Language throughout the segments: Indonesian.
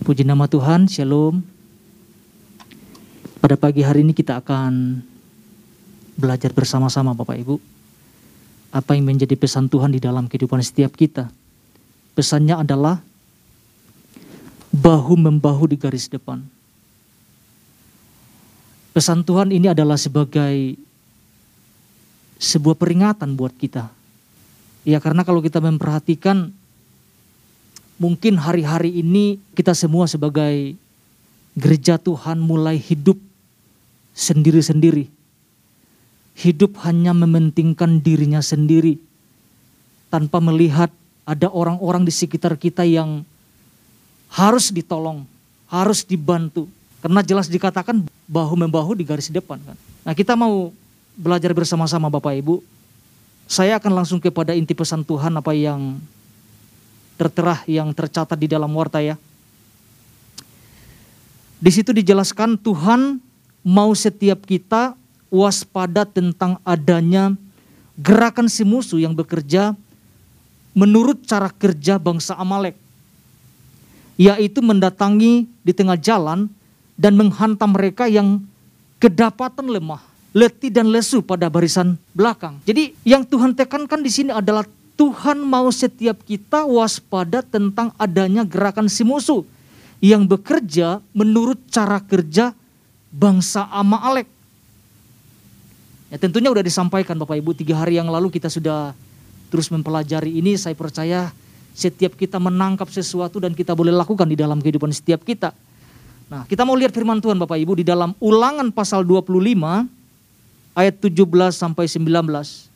Puji nama Tuhan, Shalom. Pada pagi hari ini kita akan belajar bersama-sama Bapak Ibu. Apa yang menjadi pesan Tuhan di dalam kehidupan setiap kita. Pesannya adalah bahu-membahu di garis depan. Pesan Tuhan ini adalah sebagai sebuah peringatan buat kita. Ya, karena kalau kita memperhatikan, mungkin hari-hari ini kita semua sebagai gereja Tuhan mulai hidup sendiri-sendiri. Hidup hanya mementingkan dirinya sendiri, tanpa melihat ada orang-orang di sekitar kita yang harus ditolong, harus dibantu. Karena jelas dikatakan bahu-membahu di garis depan kan. Nah, kita mau belajar bersama-sama Bapak Ibu. Saya akan langsung kepada inti pesan Tuhan apa yang tertera, yang tercatat di dalam warta ya. Di situ dijelaskan Tuhan mau setiap kita waspada tentang adanya gerakan si musuh yang bekerja menurut cara kerja bangsa Amalek, yaitu mendatangi di tengah jalan dan menghantam mereka yang kedapatan lemah, letih dan lesu pada barisan belakang. Jadi yang Tuhan tekankan di sini adalah Tuhan mau setiap kita waspada tentang adanya gerakan si musuh yang bekerja menurut cara kerja bangsa Amalek. Ya, tentunya sudah disampaikan Bapak Ibu 3 hari yang lalu kita sudah terus mempelajari ini. Saya percaya setiap kita menangkap sesuatu dan kita boleh lakukan di dalam kehidupan setiap kita. Nah, kita mau lihat firman Tuhan Bapak Ibu di dalam Ulangan pasal 25 ayat 17 sampai 19.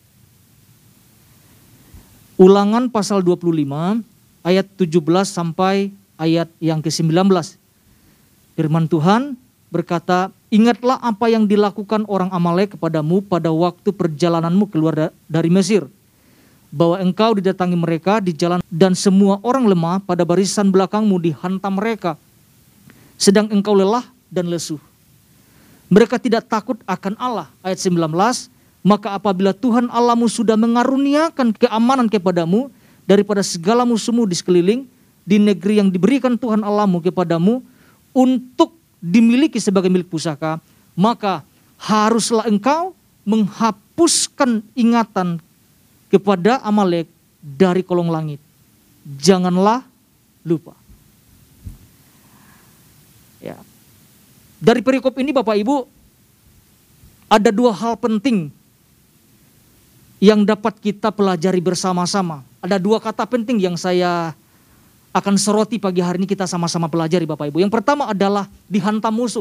Ulangan pasal 25 ayat 17 sampai ayat yang ke-19. Firman Tuhan berkata, "Ingatlah apa yang dilakukan orang Amalek kepadamu pada waktu perjalananmu keluar dari Mesir, bahwa engkau didatangi mereka di jalan dan semua orang lemah pada barisan belakangmu dihantam mereka, sedang engkau lelah dan lesu. Mereka tidak takut akan Allah." Ayat 19, "Maka apabila Tuhan Allahmu sudah mengaruniakan keamanan kepadamu daripada segala musuhmu di sekeliling, di negeri yang diberikan Tuhan Allahmu kepadamu untuk dimiliki sebagai milik pusaka, maka haruslah engkau menghapuskan ingatan kepada Amalek dari kolong langit. Janganlah lupa." Ya. Dari perikop ini Bapak Ibu, ada 2 hal penting yang dapat kita pelajari bersama-sama. Ada 2 kata penting yang saya akan soroti pagi hari ini, kita sama-sama pelajari Bapak Ibu. Yang pertama adalah dihantam musuh.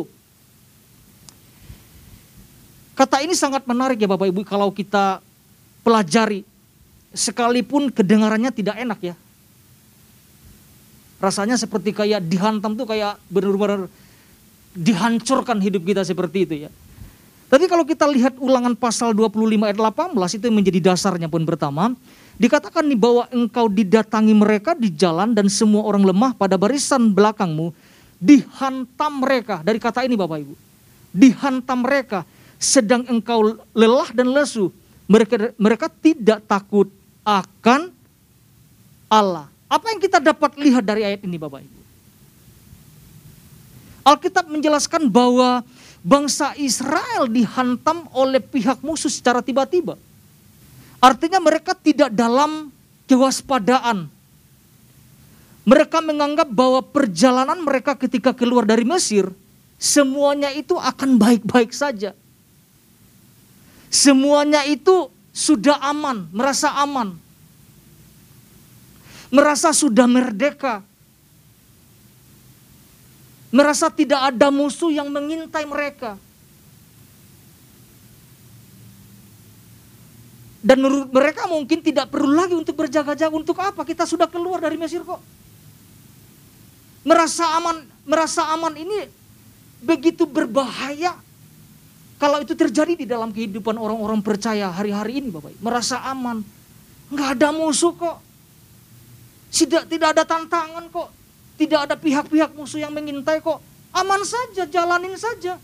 Kata ini sangat menarik ya Bapak Ibu kalau kita pelajari. Sekalipun kedengarannya tidak enak ya. Rasanya seperti kayak dihantam tuh kayak benar-benar dihancurkan hidup kita seperti itu ya. Tapi kalau kita lihat Ulangan pasal 25 ayat 18, itu menjadi dasarnya pun pertama. Dikatakan nih bahwa engkau didatangi mereka di jalan dan semua orang lemah pada barisan belakangmu dihantam mereka. Dari kata ini Bapak Ibu, dihantam mereka sedang engkau lelah dan lesu. Mereka tidak takut akan Allah. Apa yang kita dapat lihat dari ayat ini Bapak Ibu? Alkitab menjelaskan bahwa bangsa Israel dihantam oleh pihak musuh secara tiba-tiba. Artinya mereka tidak dalam kewaspadaan. Mereka menganggap bahwa perjalanan mereka ketika keluar dari Mesir, semuanya itu akan baik-baik saja. Semuanya itu sudah aman, merasa aman. Merasa sudah merdeka. Merasa tidak ada musuh yang mengintai mereka. Dan menurut mereka mungkin tidak perlu lagi untuk berjaga-jaga. Untuk apa? Kita sudah keluar dari Mesir kok. Merasa aman ini begitu berbahaya kalau itu terjadi di dalam kehidupan orang-orang percaya hari-hari ini Bapak. Merasa aman. Nggak ada musuh kok. Tidak ada tantangan kok. Tidak ada pihak-pihak musuh yang mengintai kok. Aman saja, jalanin saja.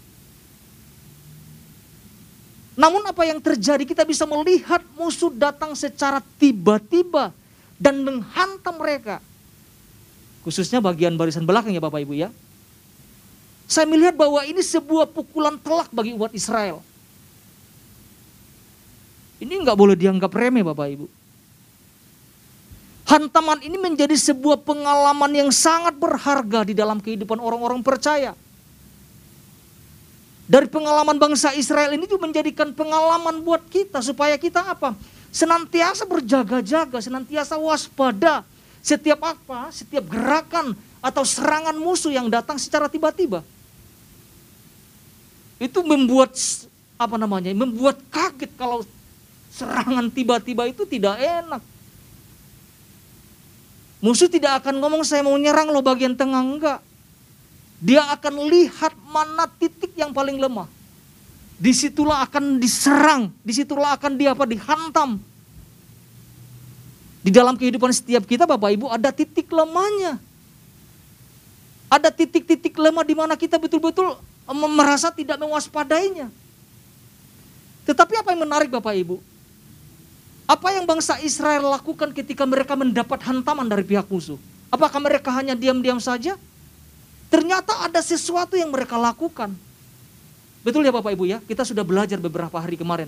Namun apa yang terjadi, kita bisa melihat musuh datang secara tiba-tiba dan menghantam mereka. Khususnya bagian barisan belakang ya Bapak Ibu ya. Saya melihat bahwa ini sebuah pukulan telak bagi umat Israel. Ini nggak boleh dianggap remeh Bapak Ibu. Hantaman ini menjadi sebuah pengalaman yang sangat berharga di dalam kehidupan orang-orang percaya. Dari pengalaman bangsa Israel ini juga menjadikan pengalaman buat kita supaya kita apa? Senantiasa berjaga-jaga, senantiasa waspada setiap gerakan atau serangan musuh yang datang secara tiba-tiba. Itu membuat membuat kaget kalau serangan tiba-tiba itu tidak enak. Musuh tidak akan ngomong saya mau nyerang lo bagian tengah, enggak. Dia akan lihat mana titik yang paling lemah. Disitulah akan diserang, disitulah akan dihantam. Di dalam kehidupan setiap kita Bapak Ibu ada titik lemahnya. Ada titik-titik lemah di mana kita betul-betul merasa tidak mewaspadainya. Tetapi apa yang menarik Bapak Ibu? Apa yang bangsa Israel lakukan ketika mereka mendapat hantaman dari pihak musuh? Apakah mereka hanya diam-diam saja? Ternyata ada sesuatu yang mereka lakukan. Betul ya Bapak Ibu ya? Kita sudah belajar beberapa hari kemarin.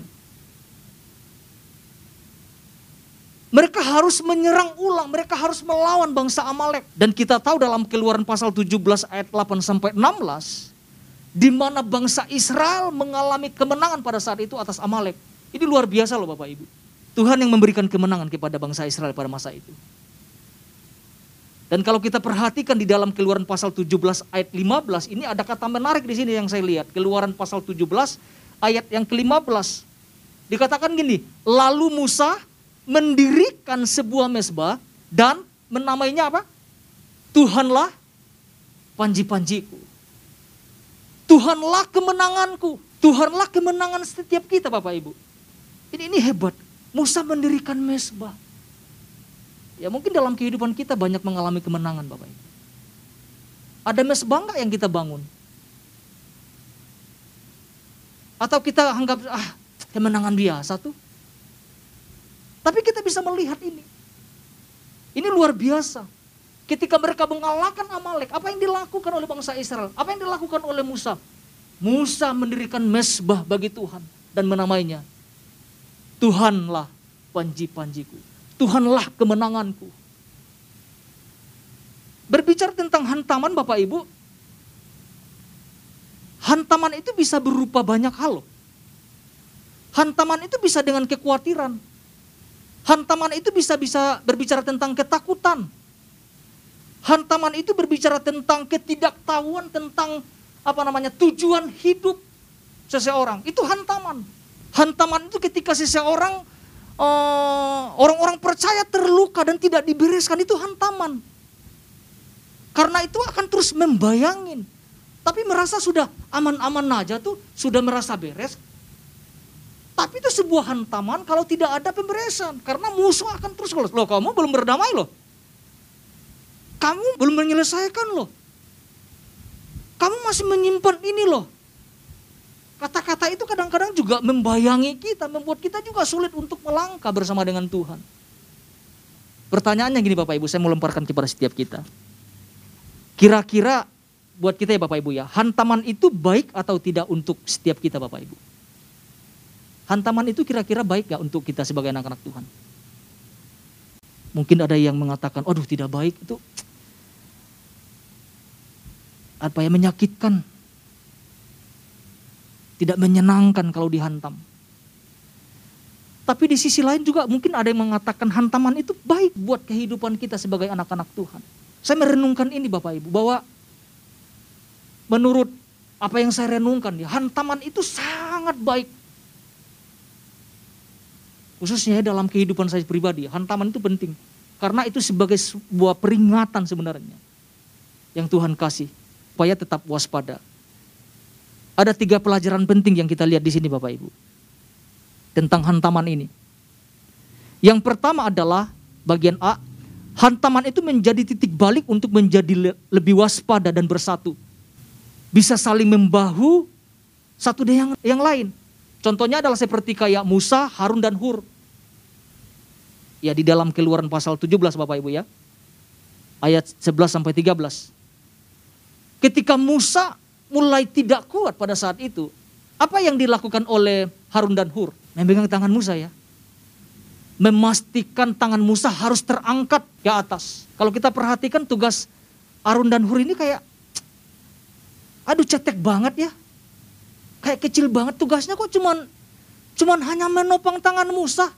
Mereka harus menyerang ulang, mereka harus melawan bangsa Amalek. Dan kita tahu dalam Keluaran pasal 17 ayat 8 sampai 16, di mana bangsa Israel mengalami kemenangan pada saat itu atas Amalek. Ini luar biasa loh Bapak Ibu. Tuhan yang memberikan kemenangan kepada bangsa Israel pada masa itu. Dan kalau kita perhatikan di dalam Keluaran pasal 17 ayat 15, ini ada kata menarik di sini yang saya lihat. Keluaran pasal 17 ayat yang ke-15. Dikatakan gini, lalu Musa mendirikan sebuah mezbah dan menamainya apa? Tuhanlah panji-panjiku. Tuhanlah kemenanganku. Tuhanlah kemenangan setiap kita Bapak Ibu. Ini hebat. Musa mendirikan mezbah. Ya mungkin dalam kehidupan kita banyak mengalami kemenangan Bapak Ibu. Ada mezbah enggak yang kita bangun? Atau kita anggap kemenangan biasa tuh. Tapi kita bisa melihat ini. Ini luar biasa. Ketika mereka mengalahkan Amalek, apa yang dilakukan oleh bangsa Israel? Apa yang dilakukan oleh Musa? Musa mendirikan mezbah bagi Tuhan dan menamainya Tuhanlah panji-panjiku. Tuhanlah kemenanganku. Berbicara tentang hantaman Bapak Ibu, hantaman itu bisa berupa banyak hal. Hantaman itu bisa dengan kekhawatiran. Hantaman itu bisa berbicara tentang ketakutan. Hantaman itu berbicara tentang ketidaktahuan tentang tujuan hidup seseorang. Itu hantaman. Hantaman itu ketika seseorang, orang-orang percaya terluka dan tidak dibereskan, itu hantaman. Karena itu akan terus membayangin. Tapi merasa sudah aman-aman aja tuh, sudah merasa beres. Tapi itu sebuah hantaman kalau tidak ada pemberesan. Karena musuh akan terus, loh kamu belum berdamai loh. Kamu belum menyelesaikan loh. Kamu masih menyimpan ini loh. Kata-kata itu kadang-kadang juga membayangi kita, membuat kita juga sulit untuk melangkah bersama dengan Tuhan. Pertanyaannya gini Bapak Ibu, saya mau lemparkan kepada setiap kita. Kira-kira buat kita ya Bapak Ibu ya, hantaman itu baik atau tidak untuk setiap kita Bapak Ibu? Hantaman itu kira-kira baik gak untuk kita sebagai anak-anak Tuhan? Mungkin ada yang mengatakan, aduh tidak baik, itu menyakitkan. Tidak menyenangkan kalau dihantam. Tapi di sisi lain juga mungkin ada yang mengatakan hantaman itu baik buat kehidupan kita sebagai anak-anak Tuhan. Saya merenungkan ini Bapak Ibu, bahwa menurut apa yang saya renungkan ya, hantaman itu sangat baik. Khususnya dalam kehidupan saya pribadi, hantaman itu penting. Karena itu sebagai sebuah peringatan sebenarnya yang Tuhan kasih supaya tetap waspada. Ada 3 pelajaran penting yang kita lihat di sini Bapak Ibu tentang hantaman ini. Yang pertama adalah bagian A, hantaman itu menjadi titik balik untuk menjadi lebih waspada dan bersatu. Bisa saling membahu satu dengan yang lain. Contohnya adalah seperti kayak Musa, Harun dan Hur. Ya di dalam Keluaran pasal 17 Bapak Ibu ya. ayat 11 sampai 13. Ketika Musa mulai tidak kuat pada saat itu, apa yang dilakukan oleh Harun dan Hur? Memegang tangan Musa ya. Memastikan tangan Musa harus terangkat ke atas. Kalau kita perhatikan tugas Harun dan Hur ini kayak, aduh cetek banget ya. Kayak kecil banget tugasnya, kok cuman hanya menopang tangan Musa.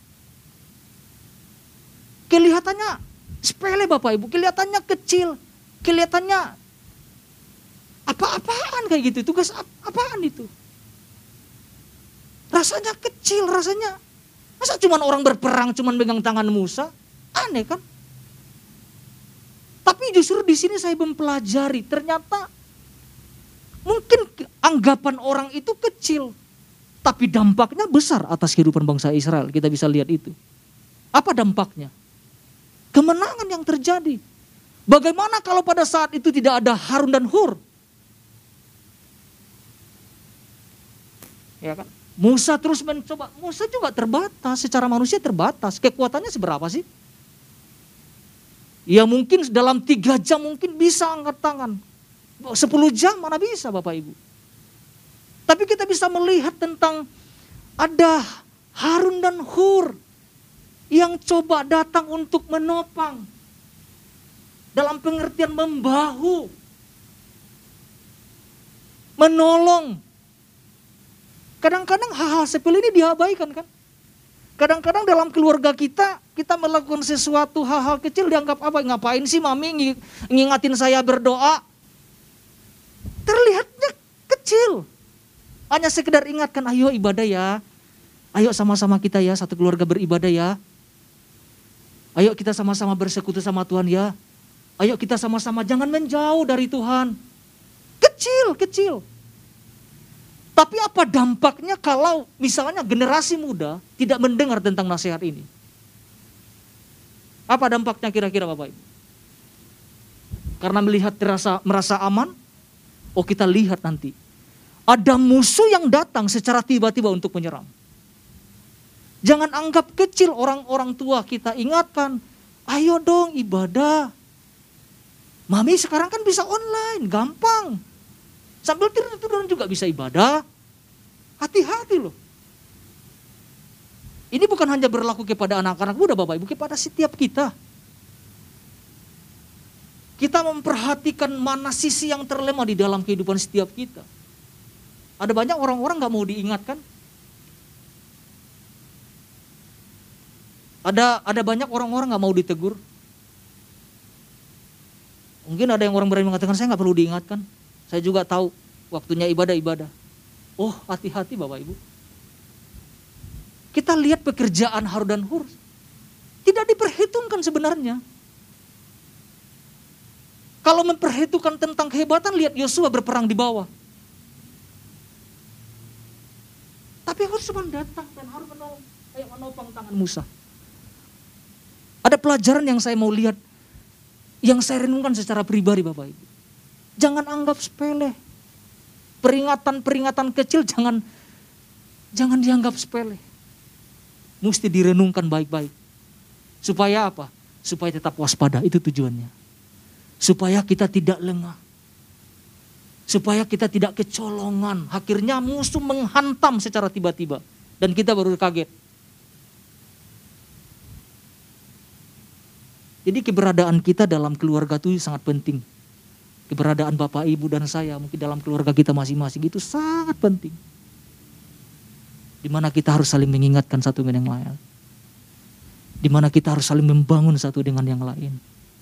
Kelihatannya sepele Bapak Ibu, kelihatannya kecil, kelihatannya apa-apaan kayak gitu, tugas apaan itu. Rasanya kecil, rasanya, masa cuman orang berperang cuman pegang tangan Musa, aneh kan. Tapi justru di sini saya mempelajari, ternyata mungkin anggapan orang itu kecil, tapi dampaknya besar atas kehidupan bangsa Israel. Kita bisa lihat itu. Apa dampaknya? Kemenangan yang terjadi. Bagaimana kalau pada saat itu tidak ada Harun dan Hur? Ya kan? Musa terus mencoba. Musa juga terbatas, secara manusia terbatas. Kekuatannya seberapa sih? Ya mungkin dalam 3 jam mungkin bisa angkat tangan. 10 jam mana bisa Bapak Ibu. Tapi kita bisa melihat tentang ada Harun dan Hur yang coba datang untuk menopang. Dalam pengertian membahu. Menolong. Kadang-kadang hal-hal sepele ini diabaikan kan. Kadang-kadang dalam keluarga kita melakukan sesuatu hal-hal kecil dianggap apa? Ngapain sih mami ngingatin saya berdoa? Terlihatnya kecil. Hanya sekedar ingatkan, ayo ibadah ya. Ayo sama-sama kita ya, satu keluarga beribadah ya. Ayo kita sama-sama bersekutu sama Tuhan ya. Ayo kita sama-sama jangan menjauh dari Tuhan. Kecil. Tapi apa dampaknya kalau misalnya generasi muda tidak mendengar tentang nasihat ini? Apa dampaknya kira-kira Bapak Ibu? Karena melihat merasa aman, oh kita lihat nanti. Ada musuh yang datang secara tiba-tiba untuk menyerang. Jangan anggap kecil orang-orang tua kita, ingatkan. Ayo dong ibadah. Mami sekarang kan bisa online, gampang. Sambil tidur-tiduran juga bisa ibadah. Hati-hati loh. Ini bukan hanya berlaku kepada anak-anak muda Bapak Ibu, kepada setiap kita. Kita memperhatikan mana sisi yang terlemah di dalam kehidupan setiap kita. Ada banyak orang-orang gak mau diingatkan. Ada banyak orang-orang gak mau ditegur. Mungkin ada yang orang berani mengatakan, saya gak perlu diingatkan. Saya juga tahu waktunya ibadah. Oh hati-hati Bapak Ibu. Kita lihat pekerjaan Harun dan Hur. Tidak diperhitungkan sebenarnya. Kalau memperhitungkan tentang kehebatan, lihat Yosua berperang di bawah. Tapi Hur cuma datang dan harus menopang tangan Musa. Ada pelajaran yang saya mau lihat, yang saya renungkan secara pribadi Bapak Ibu. Jangan anggap sepele. Peringatan-peringatan kecil jangan dianggap sepele. Mesti direnungkan baik-baik. Supaya apa? Supaya tetap waspada, itu tujuannya. Supaya kita tidak lengah. Supaya kita tidak kecolongan. Akhirnya musuh menghantam secara tiba-tiba. Dan kita baru kaget. Jadi keberadaan kita dalam keluarga itu sangat penting. Keberadaan Bapak, Ibu, dan saya mungkin dalam keluarga kita masing-masing itu sangat penting. Di mana kita harus saling mengingatkan satu dengan yang lain. Di mana kita harus saling membangun satu dengan yang lain.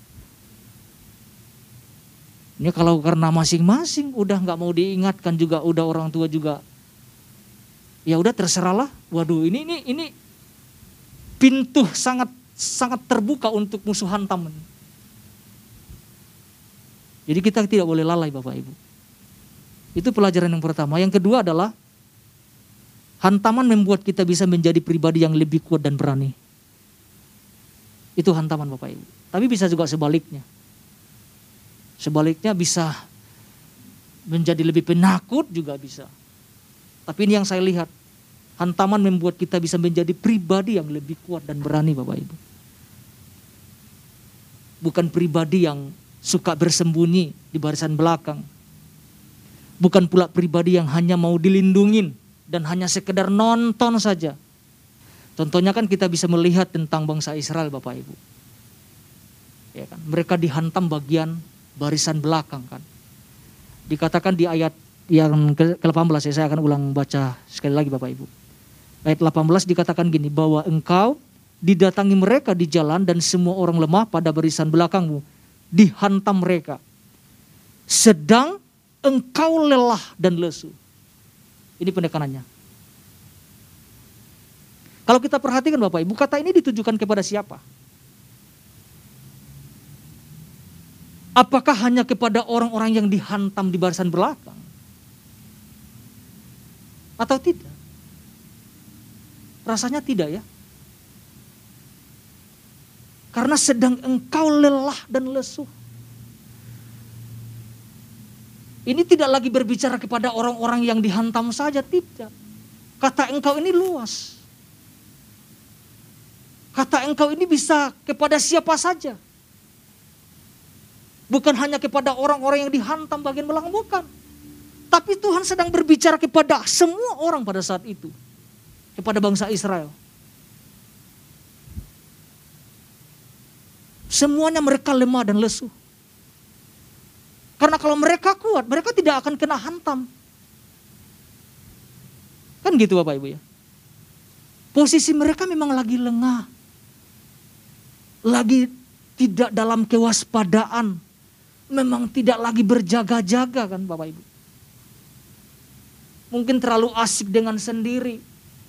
Ini kalau karena masing-masing udah nggak mau diingatkan juga, udah orang tua juga, ya udah terserahlah. Waduh, ini pintu sangat terbuka untuk musuh hantam. Jadi kita tidak boleh lalai Bapak Ibu. Itu pelajaran yang pertama. Yang kedua adalah hantaman membuat kita bisa menjadi pribadi yang lebih kuat dan berani. Itu hantaman Bapak Ibu. Tapi bisa juga sebaliknya. Sebaliknya bisa menjadi lebih penakut juga bisa. Tapi ini yang saya lihat. Hantaman membuat kita bisa menjadi pribadi yang lebih kuat dan berani Bapak Ibu. Bukan pribadi yang suka bersembunyi di barisan belakang. Bukan pula pribadi yang hanya mau dilindungin dan hanya sekedar nonton saja. Contohnya kan kita bisa melihat tentang bangsa Israel, Bapak Ibu. Ya kan? Mereka dihantam bagian barisan belakang kan. Dikatakan di ayat yang ke-18, saya akan ulang baca sekali lagi Bapak Ibu. Ayat 18 dikatakan gini, bahwa engkau didatangi mereka di jalan dan semua orang lemah pada barisan belakangmu dihantam mereka. Sedang engkau lelah dan lesu. Ini penekanannya. Kalau kita perhatikan Bapak Ibu, kata ini ditujukan kepada siapa? Apakah hanya kepada orang-orang yang dihantam di barisan belakang? Atau tidak? Rasanya tidak ya. Karena sedang engkau lelah dan lesu. Ini tidak lagi berbicara kepada orang-orang yang dihantam saja, tidak. Kata engkau ini luas. Kata engkau ini bisa kepada siapa saja. Bukan hanya kepada orang-orang yang dihantam bagian belakang, bukan. Tapi Tuhan sedang berbicara kepada semua orang pada saat itu. Kepada bangsa Israel. Semuanya mereka lemah dan lesu. Karena kalau mereka kuat, mereka tidak akan kena hantam. Kan gitu Bapak Ibu ya. Posisi mereka memang lagi lengah. Lagi tidak dalam kewaspadaan. Memang tidak lagi berjaga-jaga kan Bapak Ibu. Mungkin terlalu asik dengan sendiri.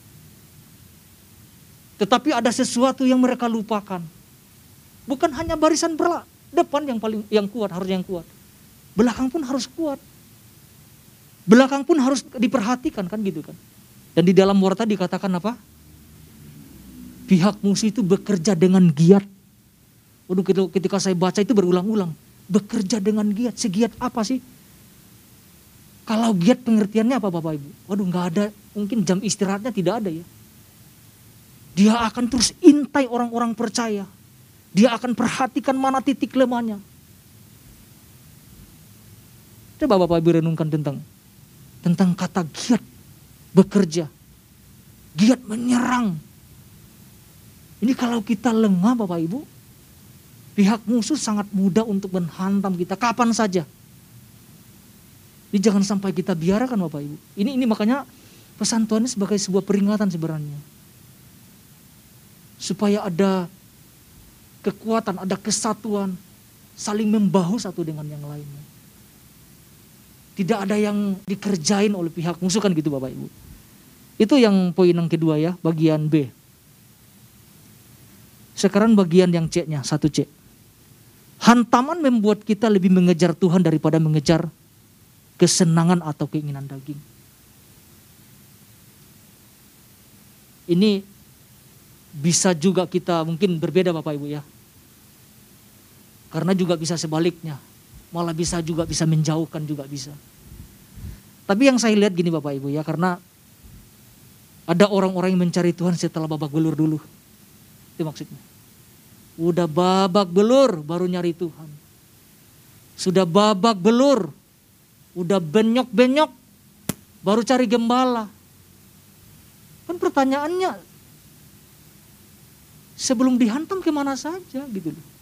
Tetapi ada sesuatu yang mereka lupakan. Bukan hanya barisan depan yang kuat, harus yang kuat. Belakang pun harus kuat. Belakang pun harus diperhatikan kan gitu kan. Dan di dalam warta dikatakan apa? Pihak musuh itu bekerja dengan giat. Waduh, ketika saya baca itu berulang-ulang. Bekerja dengan giat. Segiat apa sih? Kalau giat pengertiannya apa Bapak Ibu? Waduh, nggak ada, mungkin jam istirahatnya tidak ada ya. Dia akan terus intai orang-orang percaya. Dia akan perhatikan mana titik lemahnya. Coba Bapak Ibu renungkan tentang kata giat, bekerja, giat menyerang. Ini kalau kita lengah Bapak Ibu, pihak musuh sangat mudah untuk menghantam kita kapan saja. Ini jangan sampai kita biarkan Bapak Ibu. Ini makanya pesan Tuhan ini sebagai sebuah peringatan sebenarnya. Supaya ada kekuatan, ada kesatuan, saling membahu satu dengan yang lainnya. Tidak ada yang dikerjain oleh pihak musuh kan gitu Bapak Ibu. Itu yang poin yang kedua ya, bagian B. Sekarang bagian yang C-nya, 1C. Hantaman membuat kita lebih mengejar Tuhan daripada mengejar kesenangan atau keinginan daging. Ini bisa juga kita mungkin berbeda Bapak Ibu ya. Karena juga bisa sebaliknya. Malah bisa menjauhkan juga bisa. Tapi yang saya lihat gini Bapak Ibu ya, karena ada orang-orang yang mencari Tuhan setelah babak belur dulu. Itu maksudnya. Udah babak belur baru nyari Tuhan. Sudah babak belur, udah benyok-benyok baru cari gembala. Kan pertanyaannya, sebelum dihantam kemana saja gitu loh.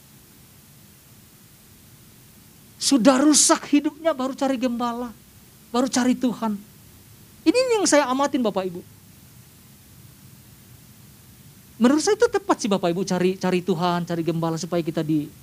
Sudah rusak hidupnya baru cari gembala, baru cari Tuhan. Ini yang saya amatin Bapak Ibu. Menurut saya itu tepat sih Bapak Ibu cari Tuhan, cari gembala supaya kita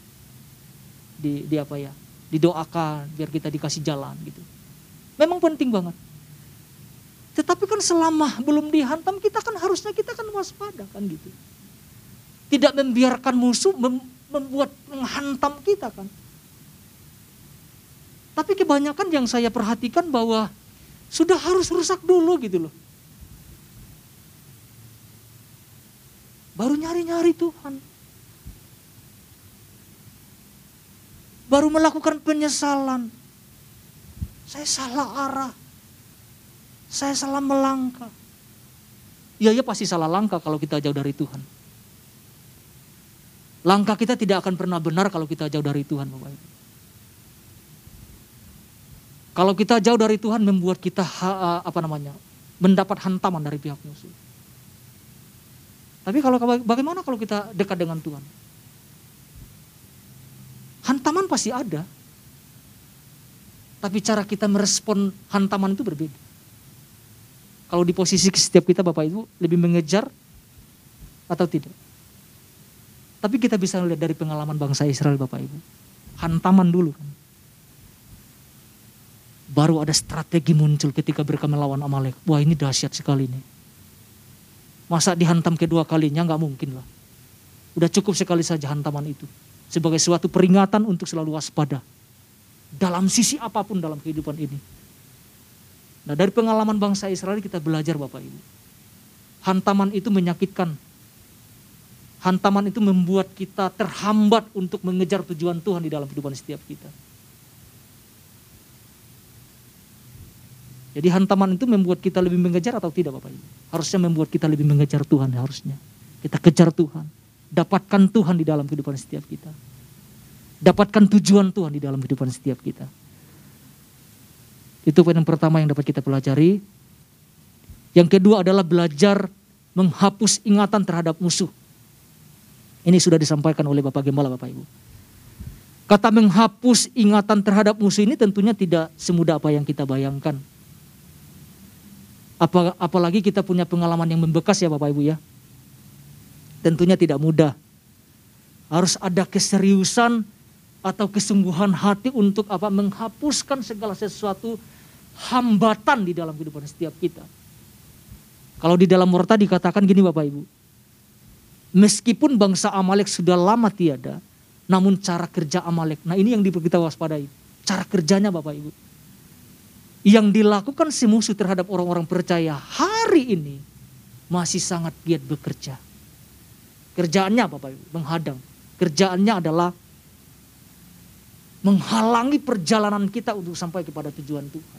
didoakan biar kita dikasih jalan gitu. Memang penting banget. Tetapi kan selama belum dihantam kita kan harusnya kita kan waspada kan gitu. Tidak membiarkan musuh membuat menghantam kita kan. Tapi kebanyakan yang saya perhatikan bahwa sudah harus rusak dulu gitu loh. Baru nyari-nyari Tuhan. Baru melakukan penyesalan. Saya salah arah. Saya salah melangkah. Ya pasti salah langkah kalau kita jauh dari Tuhan. Langkah kita tidak akan pernah benar kalau kita jauh dari Tuhan, Bapak Ibu. Kalau kita jauh dari Tuhan membuat kita mendapat hantaman dari pihak musuh. Tapi bagaimana kalau kita dekat dengan Tuhan? Hantaman pasti ada. Tapi cara kita merespon hantaman itu berbeda. Kalau di posisi setiap kita Bapak Ibu lebih mengejar atau tidak? Tapi kita bisa lihat dari pengalaman bangsa Israel Bapak Ibu. Hantaman dulu kan. Baru ada strategi muncul ketika mereka melawan Amalek. Wah, ini dahsyat sekali nih. Masa dihantam kedua kalinya, nggak mungkin lah. Udah cukup sekali saja hantaman itu. Sebagai suatu peringatan untuk selalu waspada. Dalam sisi apapun dalam kehidupan ini. Nah, dari pengalaman bangsa Israel kita belajar Bapak Ibu. Hantaman itu menyakitkan. Hantaman itu membuat kita terhambat untuk mengejar tujuan Tuhan di dalam kehidupan setiap kita. Jadi hantaman itu membuat kita lebih mengejar atau tidak Bapak Ibu? Harusnya membuat kita lebih mengejar Tuhan harusnya. Kita kejar Tuhan. Dapatkan Tuhan di dalam kehidupan setiap kita. Dapatkan tujuan Tuhan di dalam kehidupan setiap kita. Itu poin yang pertama yang dapat kita pelajari. Yang kedua adalah belajar menghapus ingatan terhadap musuh. Ini sudah disampaikan oleh Bapak Gembala Bapak Ibu. Kata menghapus ingatan terhadap musuh ini tentunya tidak semudah apa yang kita bayangkan. Apalagi kita punya pengalaman yang membekas ya Bapak Ibu ya. Tentunya tidak mudah. Harus ada keseriusan atau kesungguhan hati untuk menghapuskan segala sesuatu hambatan di dalam kehidupan setiap kita. Kalau di dalam Warta dikatakan gini Bapak Ibu. Meskipun bangsa Amalek sudah lama tiada, namun cara kerja Amalek, nah ini yang perlu kita waspadai. Cara kerjanya Bapak Ibu. Yang dilakukan si musuh terhadap orang-orang percaya hari ini masih sangat giat bekerja. Kerjaannya Bapak Ibu, menghadang. Kerjaannya adalah menghalangi perjalanan kita untuk sampai kepada tujuan Tuhan.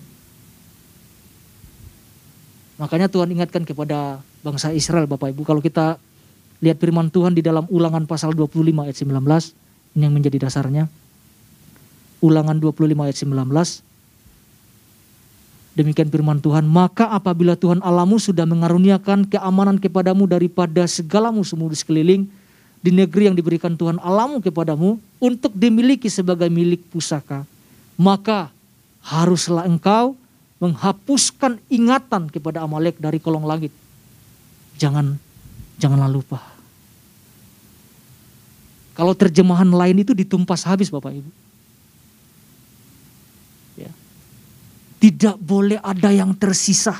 Makanya Tuhan ingatkan kepada bangsa Israel Bapak Ibu, kalau kita lihat firman Tuhan di dalam Ulangan pasal 25 ayat 19, ini yang menjadi dasarnya. Ulangan 25 ayat 19. Demikian firman Tuhan, maka apabila Tuhan Allahmu sudah mengaruniakan keamanan kepadamu daripada segala musuhmu di sekeliling, di negeri yang diberikan Tuhan Allahmu kepadamu untuk dimiliki sebagai milik pusaka, maka haruslah engkau menghapuskan ingatan kepada Amalek dari kolong langit. Janganlah lupa. Kalau terjemahan lain itu ditumpas habis Bapak Ibu. Ya. Tidak boleh ada yang tersisa.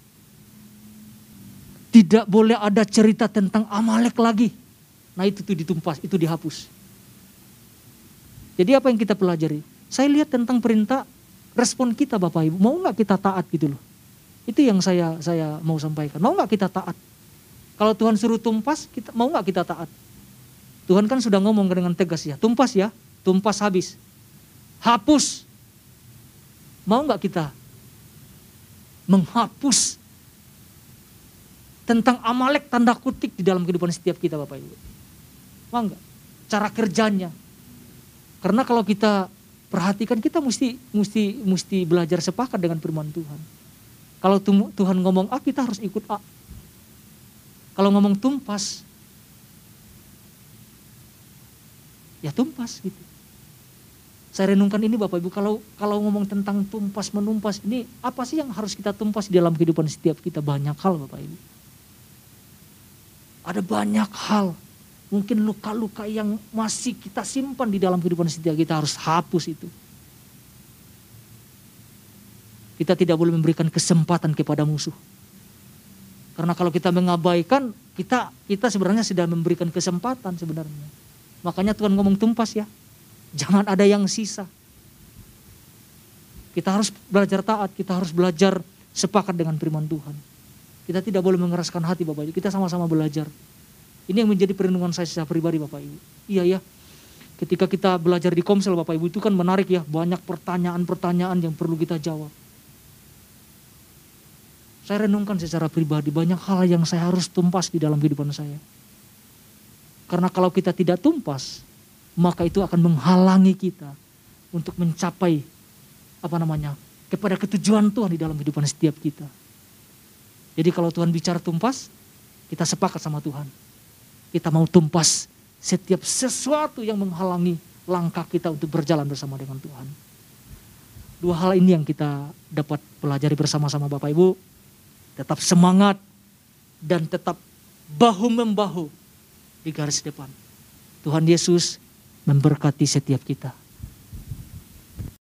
Tidak boleh ada cerita tentang Amalek lagi. Nah itu tuh ditumpas, itu dihapus. Jadi apa yang kita pelajari? Saya lihat tentang perintah, respon kita Bapak Ibu. Mau gak kita taat gitu loh. Itu yang saya mau sampaikan. Mau gak kita taat? Kalau Tuhan suruh tumpas, mau gak kita taat? Tuhan kan sudah ngomong dengan tegas ya. Tumpas ya, tumpas habis. Hapus. Mau gak kita menghapus tentang Amalek tanda kutip di dalam kehidupan setiap kita Bapak Ibu? Mau gak? Cara kerjanya. Karena kalau kita perhatikan kita mesti belajar sepakat dengan firman Tuhan. Kalau Tuhan ngomong A, kita harus ikut A. Kalau ngomong tumpas, ya tumpas gitu. Saya renungkan ini Bapak Ibu, kalau ngomong tentang tumpas menumpas ini, apa sih yang harus kita tumpas di dalam kehidupan setiap kita? Banyak hal Bapak Ibu. Ada banyak hal. Mungkin luka-luka yang masih kita simpan di dalam kehidupan setiap kita harus hapus itu. Kita tidak boleh memberikan kesempatan kepada musuh. Karena kalau kita mengabaikan, kita sebenarnya sudah memberikan kesempatan sebenarnya. Makanya Tuhan ngomong tumpas ya. Jangan ada yang sisa. Kita harus belajar taat, kita harus belajar sepakat dengan firman Tuhan. Kita tidak boleh mengeraskan hati Bapak Ibu, kita sama-sama belajar. Ini yang menjadi perlindungan saya secara pribadi Bapak Ibu. Iya ya, ketika kita belajar di Komsel Bapak Ibu itu kan menarik ya, banyak pertanyaan-pertanyaan yang perlu kita jawab. Saya renungkan secara pribadi, banyak hal yang saya harus tumpas di dalam kehidupan saya. Karena kalau kita tidak tumpas, maka itu akan menghalangi kita untuk mencapai kepada ketujuan Tuhan di dalam kehidupan setiap kita. Jadi kalau Tuhan bicara tumpas, kita sepakat sama Tuhan. Kita mau tumpas setiap sesuatu yang menghalangi langkah kita untuk berjalan bersama dengan Tuhan. Dua hal ini yang kita dapat pelajari bersama-sama Bapak Ibu. Tetap semangat dan tetap bahu-membahu di garis depan. Tuhan Yesus memberkati setiap kita.